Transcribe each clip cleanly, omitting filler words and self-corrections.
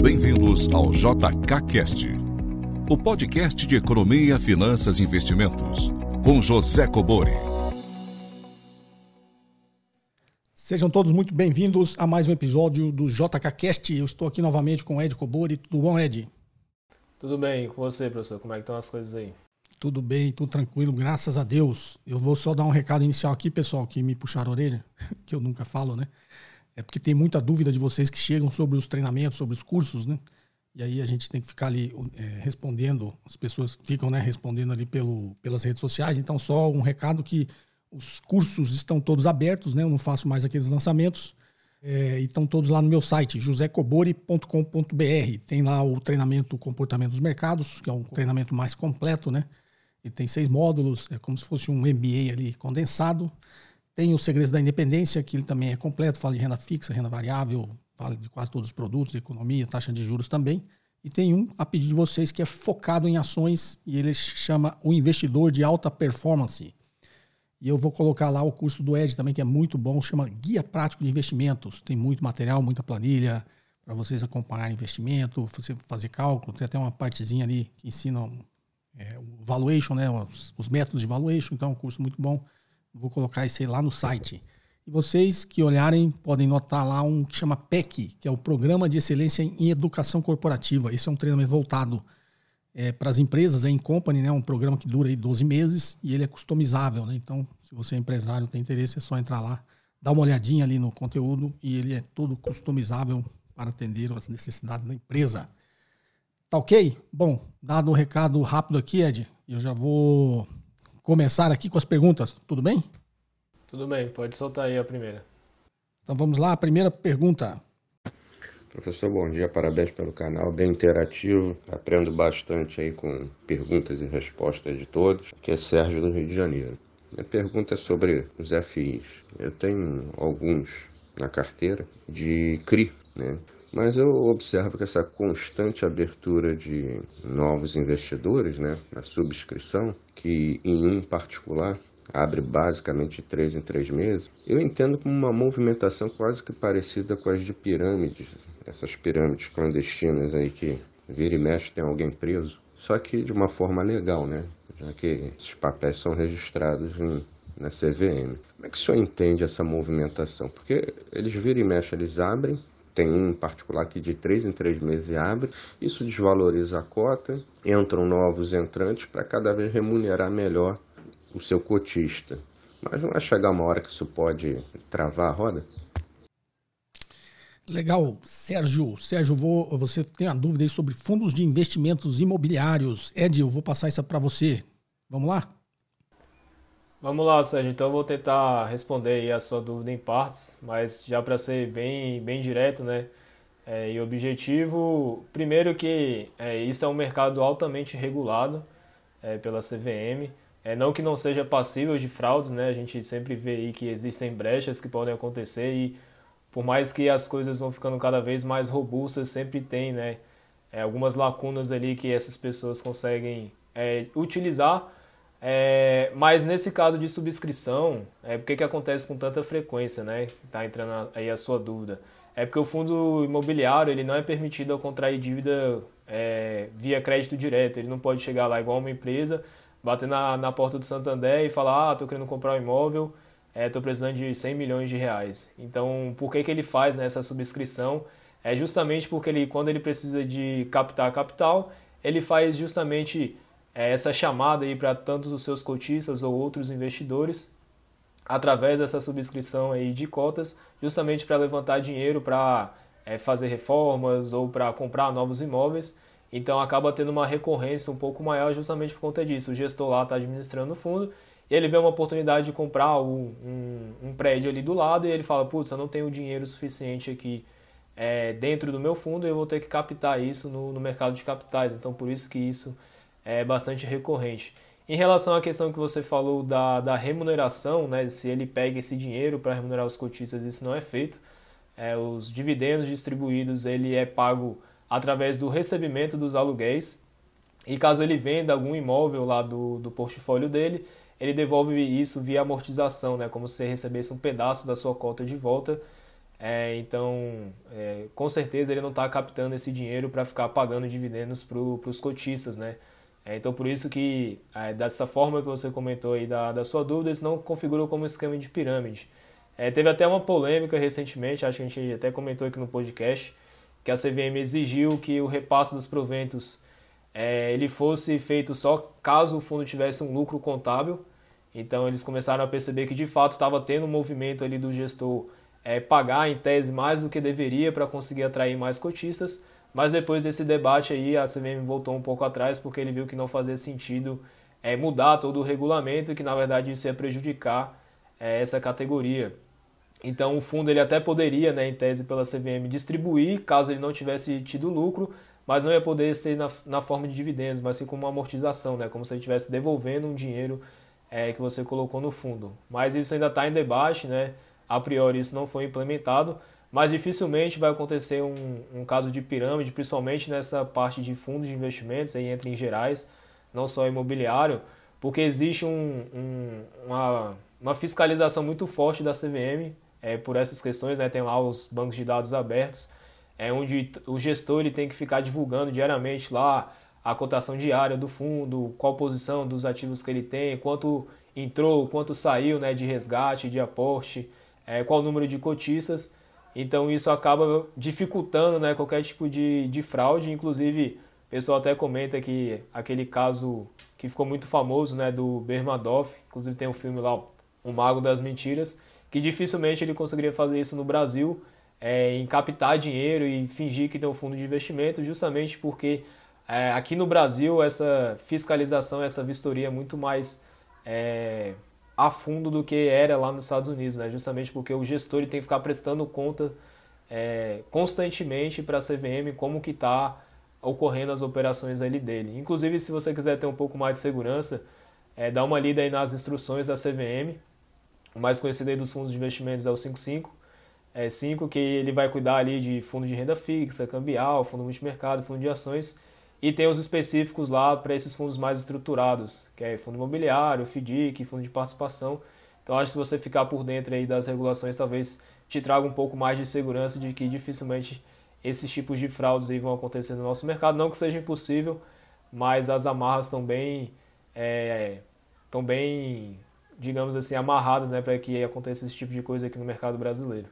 Bem-vindos ao JKCast, o podcast de economia, finanças e investimentos, com José Cobori. Sejam todos muito bem-vindos a mais um episódio do JKCast. Eu estou aqui novamente com o Ed Cobori. Tudo bom, Ed? Tudo bem, com você, professor? Como é que estão as coisas aí? Tudo bem, tudo tranquilo, graças a Deus. Eu vou só dar um recado inicial aqui, pessoal, que me puxaram a orelha, que eu nunca falo, né? É porque tem muita dúvida de vocês que chegam sobre os treinamentos, sobre os cursos, né? E aí a gente tem que ficar ali respondendo, as pessoas ficam respondendo ali pelas redes sociais. Então, só um recado que os cursos estão todos abertos, né? Eu não faço mais aqueles lançamentos. E estão todos lá no meu site, josecobori.com.br. Tem lá o treinamento Comportamento dos Mercados, que é um treinamento mais completo, né? E tem 6 módulos, é como se fosse um MBA ali condensado. Tem os Segredos da Independência, que ele também é completo, fala de renda fixa, renda variável, fala de quase todos os produtos, economia, taxa de juros também. E tem um, a pedido de vocês, que é focado em ações, e ele chama O Investidor de Alta Performance. E eu vou colocar lá o curso do Ed também, que é muito bom, chama Guia Prático de Investimentos. Tem muito material, muita planilha para vocês acompanharem investimento, você fazer cálculo. Tem até uma partezinha ali que ensina o valuation, né, os métodos de valuation. Então é um curso muito bom. Vou colocar isso aí lá no site. E vocês que olharem podem notar lá um que chama PEC, que é o Programa de Excelência em Educação Corporativa. Esse é um treinamento voltado para as empresas, em company, né? Um programa que dura aí 12 meses e ele é customizável, né? Então, se você é empresário, tem interesse, é só entrar lá, dar uma olhadinha ali no conteúdo e ele é todo customizável para atender as necessidades da empresa. Tá ok? Bom, dado um recado rápido aqui, Ed, eu já vou começar aqui com as perguntas, tudo bem? Tudo bem, pode soltar aí a primeira. Então vamos lá, a primeira pergunta. Professor, bom dia, parabéns pelo canal, bem interativo, aprendo bastante aí com perguntas e respostas de todos. Aqui é Sérgio do Rio de Janeiro. Minha pergunta é sobre os FIs. Eu tenho alguns na carteira de CRI, né? Mas eu observo que essa constante abertura de novos investidores, né, na subscrição, que em um particular abre basicamente 3 em 3 meses, eu entendo como uma movimentação quase que parecida com as de pirâmides, essas pirâmides clandestinas aí que vira e mexe tem alguém preso, só que de uma forma legal, né, já que esses papéis são registrados na CVM. Como é que o senhor entende essa movimentação? Porque eles vira e mexe, eles abrem, tem um em particular que de 3 em 3 meses abre, isso desvaloriza a cota, entram novos entrantes para cada vez remunerar melhor o seu cotista. Mas não vai chegar uma hora que isso pode travar a roda? Legal, Sérgio. Sérgio, você tem uma dúvida aí sobre fundos de investimentos imobiliários. Ed, eu vou passar isso para você. Vamos lá? Vamos lá, Sérgio. Então eu vou tentar responder aí a sua dúvida em partes, mas já para ser bem direto, né? E objetivo, primeiro que isso é um mercado altamente regulado pela CVM. Não que não seja passível de fraudes, né? A gente sempre vê aí que existem brechas que podem acontecer e por mais que as coisas vão ficando cada vez mais robustas, sempre tem, né, algumas lacunas ali que essas pessoas conseguem utilizar. Mas nesse caso de subscrição, por que acontece com tanta frequência, né? Tá entrando aí a sua dúvida. É porque o fundo imobiliário ele não é permitido a contrair dívida via crédito direto. Ele não pode chegar lá igual uma empresa, bater na porta do Santander e falar, estou querendo comprar um imóvel, estou precisando de 100 milhões de reais. Então, por que ele faz nessa subscrição? É justamente porque quando ele precisa de captar capital, ele faz justamente essa chamada aí para tantos os seus cotistas ou outros investidores, através dessa subscrição aí de cotas, justamente para levantar dinheiro para fazer reformas ou para comprar novos imóveis. Então acaba tendo uma recorrência um pouco maior justamente por conta disso. O gestor lá está administrando o fundo e ele vê uma oportunidade de comprar um prédio ali do lado e ele fala, putz, eu não tenho dinheiro suficiente aqui dentro do meu fundo e eu vou ter que captar isso no mercado de capitais. Então por isso que isso é bastante recorrente. Em relação à questão que você falou da remuneração, né, se ele pega esse dinheiro para remunerar os cotistas, isso não é feito. Os dividendos distribuídos ele é pago através do recebimento dos aluguéis e caso ele venda algum imóvel lá do portfólio dele, ele devolve isso via amortização, né, como se você recebesse um pedaço da sua cota de volta Então, com certeza ele não está captando esse dinheiro para ficar pagando dividendos para os cotistas, né? Então, por isso que, dessa forma que você comentou aí da sua dúvida, isso não configurou como esquema de pirâmide. Teve até uma polêmica recentemente, acho que a gente até comentou aqui no podcast, que a CVM exigiu que o repasse dos proventos ele fosse feito só caso o fundo tivesse um lucro contábil. Então, eles começaram a perceber que, de fato, estava tendo um movimento ali do gestor pagar, em tese, mais do que deveria para conseguir atrair mais cotistas. Mas depois desse debate aí, a CVM voltou um pouco atrás, porque ele viu que não fazia sentido mudar todo o regulamento e que, na verdade, isso ia prejudicar essa categoria. Então, o fundo ele até poderia, né, em tese pela CVM, distribuir, caso ele não tivesse tido lucro, mas não ia poder ser na forma de dividendos, mas sim como uma amortização, né, como se ele estivesse devolvendo um dinheiro que você colocou no fundo. Mas isso ainda está em debate, né, a priori isso não foi implementado, mas dificilmente vai acontecer um caso de pirâmide, principalmente nessa parte de fundos de investimentos, aí entra em gerais, não só imobiliário, porque existe uma fiscalização muito forte da CVM por essas questões, né? Tem lá os bancos de dados abertos, onde o gestor ele tem que ficar divulgando diariamente lá a cotação diária do fundo, qual posição dos ativos que ele tem, quanto entrou, quanto saiu, né, de resgate, de aporte, qual o número de cotistas. Então isso acaba dificultando, né, qualquer tipo de fraude. Inclusive, o pessoal até comenta que aquele caso que ficou muito famoso, né, do Bermadoff, inclusive tem um filme lá, O Mago das Mentiras, que dificilmente ele conseguiria fazer isso no Brasil, em captar dinheiro e fingir que tem um fundo de investimento, justamente porque aqui no Brasil essa fiscalização, essa vistoria é muito mais a fundo do que era lá nos Estados Unidos, né? Justamente porque o gestor ele tem que ficar prestando conta constantemente para a CVM como que está ocorrendo as operações ali dele. Inclusive, se você quiser ter um pouco mais de segurança, dá uma lida aí nas instruções da CVM. O mais conhecido aí dos fundos de investimentos é o 55. 5, que ele vai cuidar ali de fundo de renda fixa, cambial, fundo multimercado, fundo de ações. E tem os específicos lá para esses fundos mais estruturados, que é fundo imobiliário, FDIC, fundo de participação. Então, acho que se você ficar por dentro aí das regulações, talvez te traga um pouco mais de segurança de que dificilmente esses tipos de fraudes aí vão acontecer no nosso mercado. Não que seja impossível, mas as amarras estão bem, digamos assim, amarradas, né, para que aconteça esse tipo de coisa aqui no mercado brasileiro.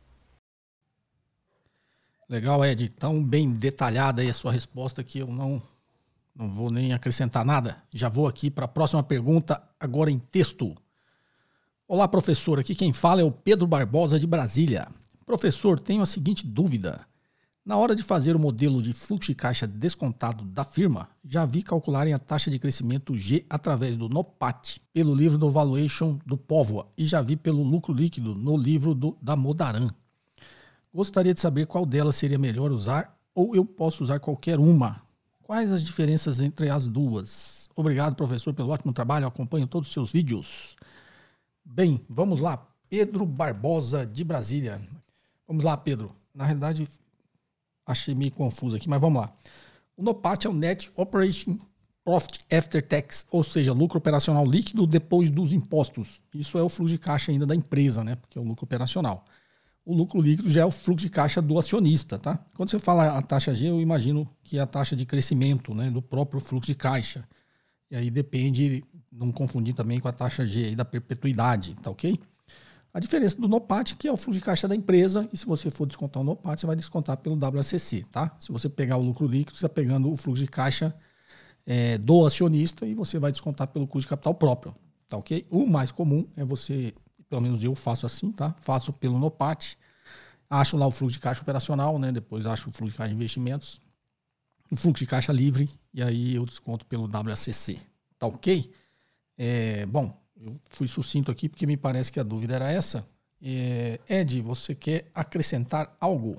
Legal, Ed. Tão bem detalhada aí a sua resposta que eu não vou nem acrescentar nada. Já vou aqui para a próxima pergunta, agora em texto. Olá, professor. Aqui quem fala é o Pedro Barbosa, de Brasília. Professor, tenho a seguinte dúvida. Na hora de fazer o modelo de fluxo de caixa descontado da firma, já vi calcularem a taxa de crescimento G através do NOPAT, pelo livro do Valuation do Póvoa, e já vi pelo lucro líquido no livro da Modaran. Gostaria de saber qual delas seria melhor usar, ou eu posso usar qualquer uma. Quais as diferenças entre as duas? Obrigado, professor, pelo ótimo trabalho. Eu acompanho todos os seus vídeos. Bem, vamos lá. Pedro Barbosa, de Brasília. Vamos lá, Pedro. Na realidade, achei meio confuso aqui, mas vamos lá. O NOPAT é o Net Operating Profit After Tax, ou seja, lucro operacional líquido depois dos impostos. Isso é o fluxo de caixa ainda da empresa, né? Porque é o lucro operacional. O lucro líquido já é o fluxo de caixa do acionista, tá? Quando você fala a taxa G, eu imagino que é a taxa de crescimento, né, do próprio fluxo de caixa. E aí depende, não confundir também com a taxa G aí da perpetuidade, tá ok? A diferença do NOPAT, que é o fluxo de caixa da empresa, e se você for descontar o NOPAT, você vai descontar pelo WACC, tá? Se você pegar o lucro líquido, você está pegando o fluxo de caixa do acionista e você vai descontar pelo custo de capital próprio, tá ok? O mais comum é você... Pelo menos eu faço assim, tá? Faço pelo NOPAT, acho lá o fluxo de caixa operacional, né? Depois acho o fluxo de caixa de investimentos, o fluxo de caixa livre, e aí eu desconto pelo WACC, tá ok? Bom, eu fui sucinto aqui porque me parece que a dúvida era essa. Ed, você quer acrescentar algo?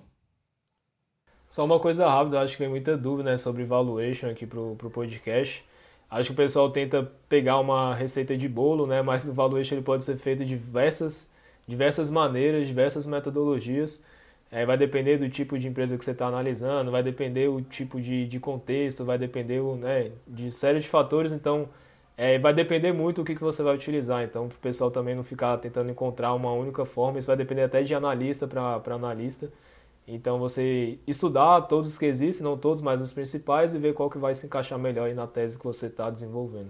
Só uma coisa rápida, acho que tem muita dúvida, né, sobre valuation aqui pro podcast. Acho que o pessoal tenta pegar uma receita de bolo, né? Mas o valuation ele pode ser feito de diversas maneiras, diversas metodologias. Vai depender do tipo de empresa que você está analisando, vai depender o tipo de contexto, vai depender, né, de série de fatores. Então, Vai depender muito do que você vai utilizar. Então, para o pessoal também não ficar tentando encontrar uma única forma, isso vai depender até de analista para analista. Então, você estudar todos os que existem, não todos, mas os principais, e ver qual que vai se encaixar melhor aí na tese que você está desenvolvendo.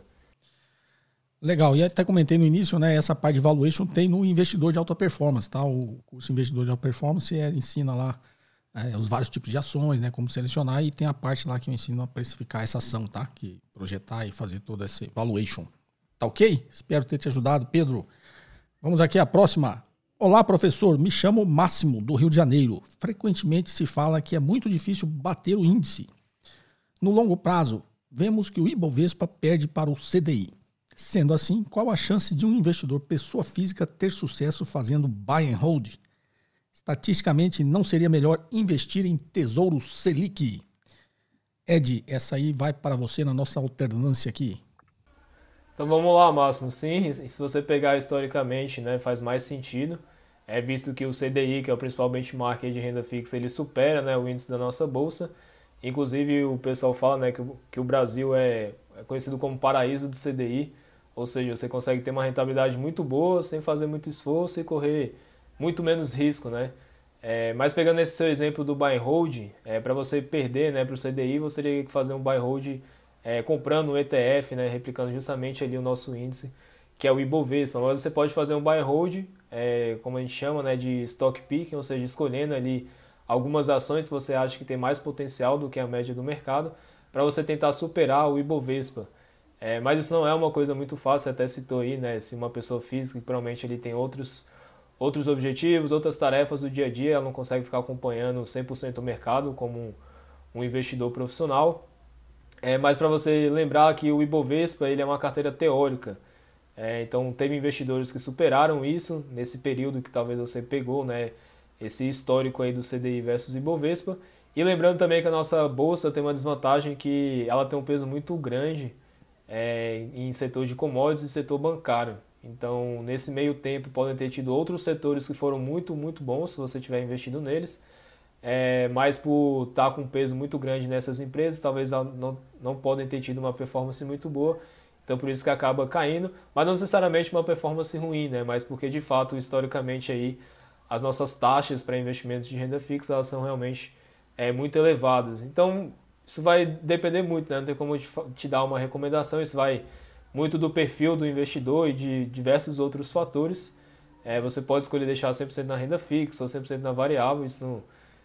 Legal, e até comentei no início, né, essa parte de valuation tem no Investidor de Alta Performance, tá? O curso Investidor de Alta Performance ensina lá os vários tipos de ações, né, como selecionar, e tem a parte lá que eu ensino a precificar essa ação, tá? Que projetar e fazer toda essa valuation. Tá ok? Espero ter te ajudado, Pedro. Vamos aqui à próxima. Olá, professor, me chamo Máximo, do Rio de Janeiro. Frequentemente se fala que é muito difícil bater o índice. No longo prazo, vemos que o Ibovespa perde para o CDI. Sendo assim, qual a chance de um investidor pessoa física ter sucesso fazendo buy and hold? Estatisticamente, não seria melhor investir em Tesouro Selic? Ed, essa aí vai para você na nossa alternância aqui. Então vamos lá, Máximo. Sim, se você pegar historicamente, né, faz mais sentido. Visto que o CDI, que é o principal benchmark de renda fixa, ele supera, né, o índice da nossa bolsa. Inclusive o pessoal fala, né, que o Brasil é conhecido como paraíso do CDI. Ou seja, você consegue ter uma rentabilidade muito boa sem fazer muito esforço e correr muito menos risco, né? Mas pegando esse seu exemplo do buy and hold, para você perder, né, para o CDI, você teria que fazer um buy and hold comprando um ETF, né, replicando justamente ali o nosso índice, que é o Ibovespa. Mas você pode fazer um buy and hold, como a gente chama, né, de stock picking, ou seja, escolhendo ali algumas ações que você acha que tem mais potencial do que a média do mercado, para você tentar superar o Ibovespa. Mas isso não é uma coisa muito fácil, você até citou aí, né? Se uma pessoa física, que provavelmente ele tem outros objetivos, outras tarefas do dia a dia, ela não consegue ficar acompanhando 100% o mercado como um investidor profissional. Mas para você lembrar que o Ibovespa ele é uma carteira teórica, então teve investidores que superaram isso nesse período que talvez você pegou, né? Esse histórico aí do CDI versus Ibovespa. E lembrando também que a nossa bolsa tem uma desvantagem que ela tem um peso muito grande em setor de commodities e setor bancário. Então, nesse meio tempo, podem ter tido outros setores que foram muito, muito bons se você tiver investido neles, mas por estar com um peso muito grande nessas empresas, talvez não podem ter tido uma performance muito boa, então por isso que acaba caindo, mas não necessariamente uma performance ruim, né? Mas porque de fato, historicamente, aí, as nossas taxas para investimentos de renda fixa elas são realmente muito elevadas. Então, isso vai depender muito, né? Não tem como te dar uma recomendação, isso vai muito do perfil do investidor e de diversos outros fatores. Você pode escolher deixar 100% na renda fixa ou 100% na variável, isso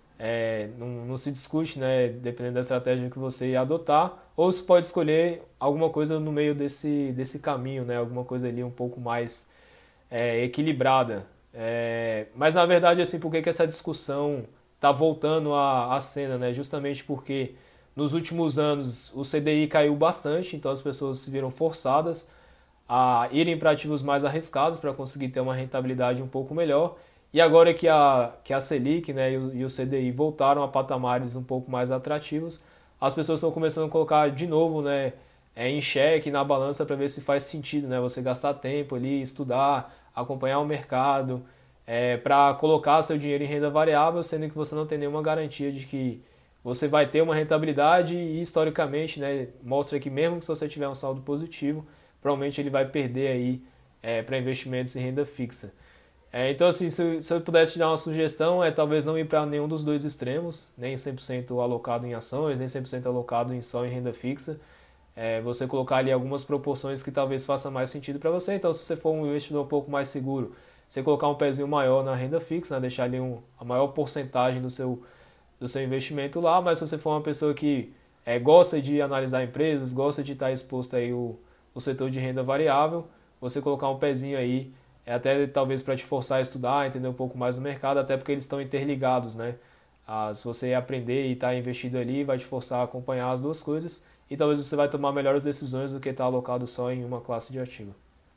não se discute, né? Dependendo da estratégia que você adotar, ou você pode escolher alguma coisa no meio desse caminho, né? Alguma coisa ali um pouco mais equilibrada. Mas na verdade, assim, por que essa discussão está voltando à cena, né? Justamente porque nos últimos anos o CDI caiu bastante, então as pessoas se viram forçadas a irem para ativos mais arriscados para conseguir ter uma rentabilidade um pouco melhor. E agora que a Selic, né, e o CDI voltaram a patamares um pouco mais atrativos, as pessoas estão começando a colocar de novo, né, em xeque, na balança, para ver se faz sentido, né, você gastar tempo ali, estudar, acompanhar o mercado, para colocar seu dinheiro em renda variável, sendo que você não tem nenhuma garantia de que você vai ter uma rentabilidade e, historicamente, né, mostra que mesmo que você tiver um saldo positivo, provavelmente ele vai perder aí para investimentos em renda fixa. Então, assim, se eu pudesse te dar uma sugestão, talvez não ir para nenhum dos dois extremos, nem 100% alocado em ações, nem 100% alocado só em renda fixa. Você colocar ali algumas proporções que talvez faça mais sentido para você. Então, se você for um investidor um pouco mais seguro, você colocar um pezinho maior na renda fixa, né, deixar ali a maior porcentagem do seu investimento lá, mas se você for uma pessoa que gosta de analisar empresas, gosta de estar exposto aí o setor de renda variável, você colocar um pezinho aí, até talvez para te forçar a estudar, entender um pouco mais do mercado, até porque eles estão interligados, né? Se você aprender e estar investido ali, vai te forçar a acompanhar as duas coisas, e talvez você vai tomar melhores decisões do que estar alocado só em uma classe de ativo.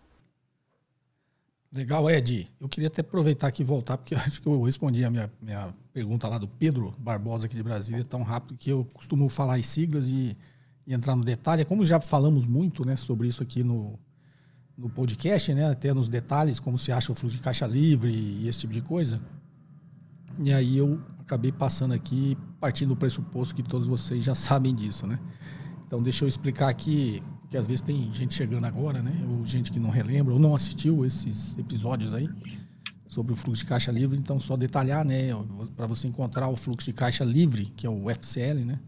Legal, Ed. Eu queria até aproveitar aqui e voltar, porque eu acho que eu respondi a minha pergunta lá do Pedro Barbosa aqui de Brasília tão rápido que eu costumo falar em siglas e entrar no detalhe. Como já falamos muito, né, sobre isso aqui no podcast, né, até nos detalhes, como se acha o fluxo de caixa livre e esse tipo de coisa. E aí eu acabei passando aqui, partindo do pressuposto que todos vocês já sabem disso, né? Então deixa eu explicar aqui porque às vezes tem gente chegando agora, né? Ou gente que não relembra, ou não assistiu esses episódios aí sobre o fluxo de caixa livre. Então, só detalhar, né? Para você encontrar o fluxo de caixa livre, que é o FCL, né?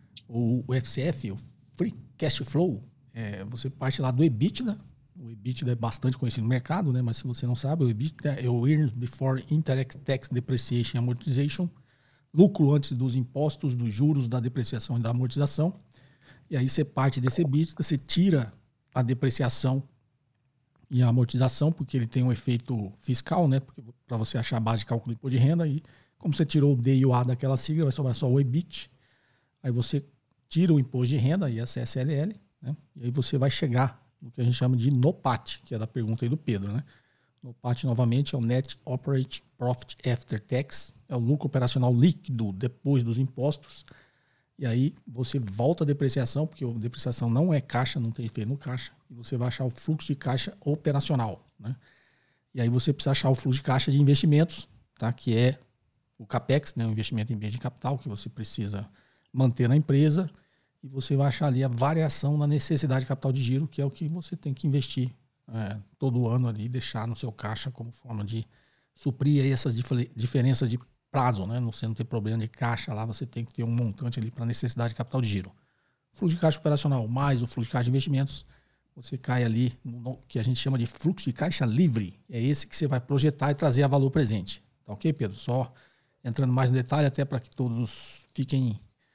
Ou o FCF, o Free Cash Flow, você parte lá do EBITDA. O EBITDA é bastante conhecido no mercado, né? Mas se você não sabe, o EBITDA é o Earnings Before Indirect Tax Depreciation and Amortization, lucro antes dos impostos, dos juros, da depreciação e da amortização. E aí você parte desse EBITDA, você tira a depreciação e a amortização, porque ele tem um efeito fiscal, né? Para você achar a base de cálculo do imposto de renda. E como você tirou o D e o A daquela sigla, vai sobrar só o EBIT. Aí você tira o imposto de renda, e a CSLL, né? E aí você vai chegar no que a gente chama de NOPAT, que é da pergunta aí do Pedro, né? NOPAT, novamente, é o Net Operating Profit After Tax, é o lucro operacional líquido depois dos impostos. E aí você volta a depreciação, porque a depreciação não é caixa, não tem efeito no caixa, e você vai achar o fluxo de caixa operacional, né? E aí você precisa achar o fluxo de caixa de investimentos, tá? Que é o CAPEX, né? O investimento em bens de capital, que você precisa manter na empresa, e você vai achar ali a variação na necessidade de capital de giro, que é o que você tem que investir todo ano ali, deixar no seu caixa como forma de suprir aí essas diferenças de prazo, né? Você não ter problema de caixa lá, você tem que ter um montante ali para necessidade de capital de giro. Fluxo de caixa operacional mais o fluxo de caixa de investimentos, você cai ali no que a gente chama de fluxo de caixa livre. É esse que você vai projetar e trazer a valor presente. Tá ok, Pedro? Só entrando mais no detalhe, até para que todos fiquem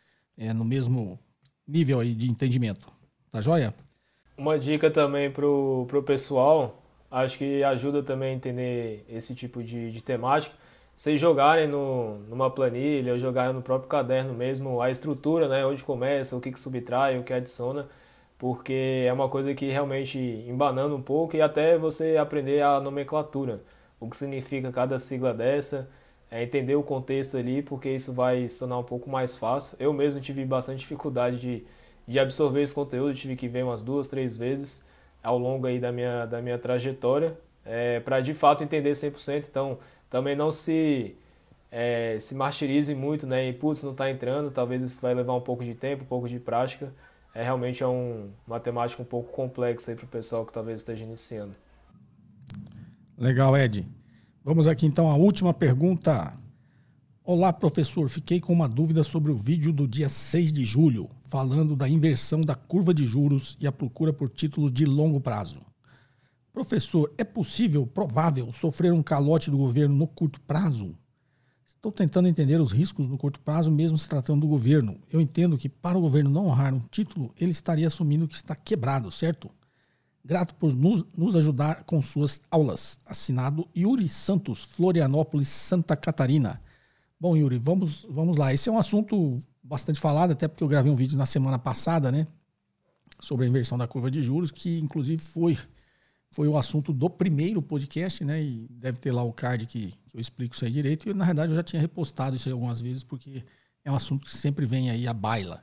no mesmo nível aí de entendimento. Tá joia? Uma dica também pro pessoal, acho que ajuda também a entender esse tipo de temática, vocês jogarem numa planilha ou jogarem no próprio caderno mesmo a estrutura, né, onde começa, o que subtrai, o que adiciona, porque é uma coisa que realmente embanando um pouco, e até você aprender a nomenclatura, o que significa cada sigla dessa, entender o contexto ali, porque isso vai se tornar um pouco mais fácil. Eu mesmo tive bastante dificuldade de absorver esse conteúdo, tive que ver umas 2, 3 vezes ao longo aí da minha trajetória, para de fato entender 100%. Então também não se martirize muito, né? E putz, não está entrando, talvez isso vai levar um pouco de tempo, um pouco de prática. Realmente é uma temática um pouco complexa aí para o pessoal que talvez esteja iniciando. Legal, Ed. Vamos aqui então à última pergunta. Olá, professor. Fiquei com uma dúvida sobre o vídeo do dia 6 de julho, falando da inversão da curva de juros e a procura por títulos de longo prazo. Professor, é possível, provável, sofrer um calote do governo no curto prazo? Estou tentando entender os riscos no curto prazo, mesmo se tratando do governo. Eu entendo que para o governo não honrar um título, ele estaria assumindo que está quebrado, certo? Grato por nos ajudar com suas aulas. Assinado Yuri Santos, Florianópolis, Santa Catarina. Bom, Yuri, vamos lá. Esse é um assunto bastante falado, até porque eu gravei um vídeo na semana passada, né? Sobre a inversão da curva de juros, que inclusive foi o assunto do primeiro podcast, né? E deve ter lá o card que eu explico isso aí direito. E na verdade eu já tinha repostado isso aí algumas vezes, porque é um assunto que sempre vem aí à baila.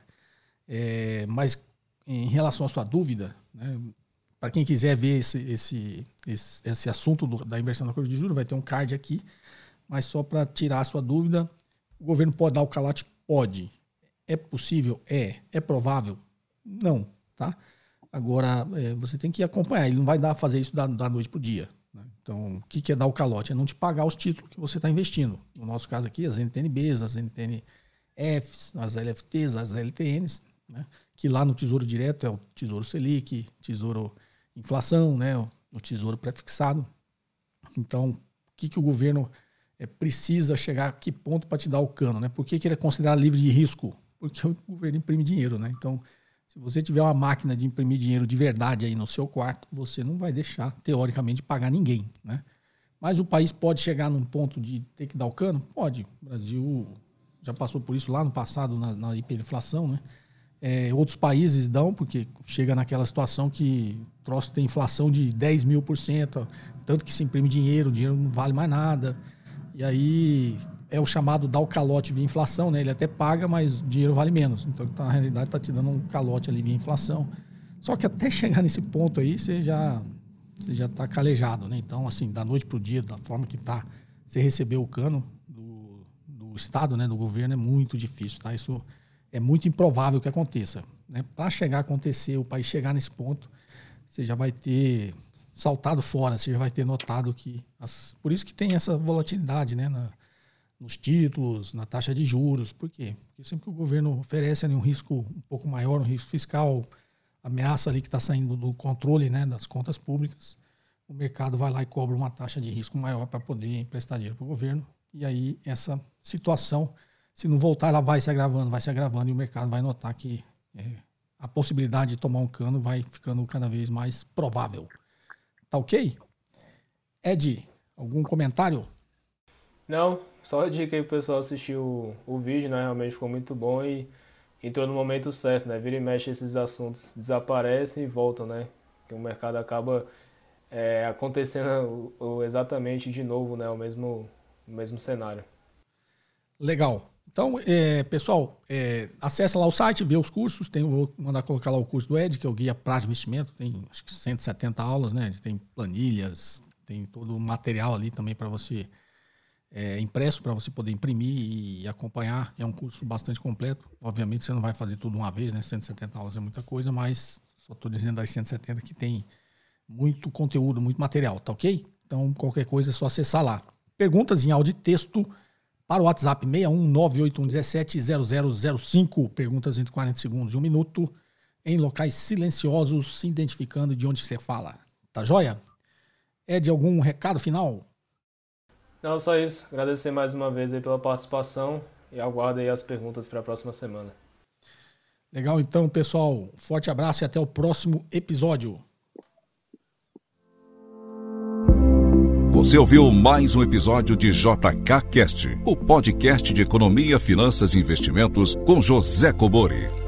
Mas em relação à sua dúvida, né? Para quem quiser ver esse assunto da inversão da curva de juros, vai ter um card aqui. Mas só para tirar a sua dúvida, o governo pode dar o calote? Pode. É possível? É provável? Não, tá? Agora, você tem que acompanhar. Ele não vai fazer isso da noite para o dia, né? Então, o que é dar o calote? É não te pagar os títulos que você está investindo. No nosso caso aqui, as NTNBs, as NTNFs, as LFTs, as LTNs, né? Que lá no Tesouro Direto é o Tesouro Selic, Tesouro Inflação, né? O Tesouro Prefixado. Então, o que o governo precisa chegar a que ponto para te dar o cano, né? Por que ele é considerado livre de risco? Porque o governo imprime dinheiro, né? Então, se você tiver uma máquina de imprimir dinheiro de verdade aí no seu quarto, você não vai deixar, teoricamente, de pagar ninguém, né? Mas o país pode chegar num ponto de ter que dar o cano? Pode. O Brasil já passou por isso lá no passado, na hiperinflação, né? Outros países dão, porque chega naquela situação que o troço tem inflação de 10.000%, tanto que se imprime dinheiro, o dinheiro não vale mais nada. E aí é o chamado dar o calote via inflação, né? Ele até paga, mas o dinheiro vale menos. Então, na realidade, está te dando um calote ali via inflação. Só que até chegar nesse ponto aí, você já está calejado, né? Então, assim, da noite para o dia, da forma que está, você receber o cano do Estado, né? Do governo, é muito difícil, tá? Isso é muito improvável que aconteça. né? Para chegar a acontecer, o país chegar nesse ponto, você já vai ter saltado fora, você já vai ter notado que... Por isso que tem essa volatilidade, né? Nos títulos, na taxa de juros. Por quê? Porque sempre que o governo oferece ali um risco um pouco maior, um risco fiscal, ameaça ali que está saindo do controle, né, das contas públicas, o mercado vai lá e cobra uma taxa de risco maior para poder emprestar dinheiro para o governo. E aí essa situação, se não voltar, ela vai se agravando e o mercado vai notar que a possibilidade de tomar um cano vai ficando cada vez mais provável. Tá ok? Ed, algum comentário? Não, só a dica aí pro pessoal assistir o vídeo, né? Realmente ficou muito bom e entrou no momento certo, né? Vira e mexe, esses assuntos desaparecem e voltam, né? Que o mercado acaba acontecendo exatamente de novo, né? O mesmo cenário. Legal. Então, pessoal, acessa lá o site, vê os cursos. Vou mandar colocar lá o curso do Ed, que é o Guia Prático de Investimento. Tem acho que 170 aulas, né? Tem planilhas, tem todo o material ali também para você impresso, para você poder imprimir e acompanhar. É um curso bastante completo. Obviamente, você não vai fazer tudo uma vez, né? 170 aulas é muita coisa, mas só estou dizendo das 170 que tem muito conteúdo, muito material, tá ok? Então, qualquer coisa é só acessar lá. Perguntas em áudio e texto para o WhatsApp 61981170005. Perguntas entre 40 segundos e 1 minuto em locais silenciosos, se identificando de onde você fala. Tá joia? Ed, algum recado final? Não, só isso. Agradecer mais uma vez aí pela participação e aguardo aí as perguntas para a próxima semana. Legal, então, pessoal. Forte abraço e até o próximo episódio. Você ouviu mais um episódio de JK Cast, o podcast de economia, finanças e investimentos com José Cobori.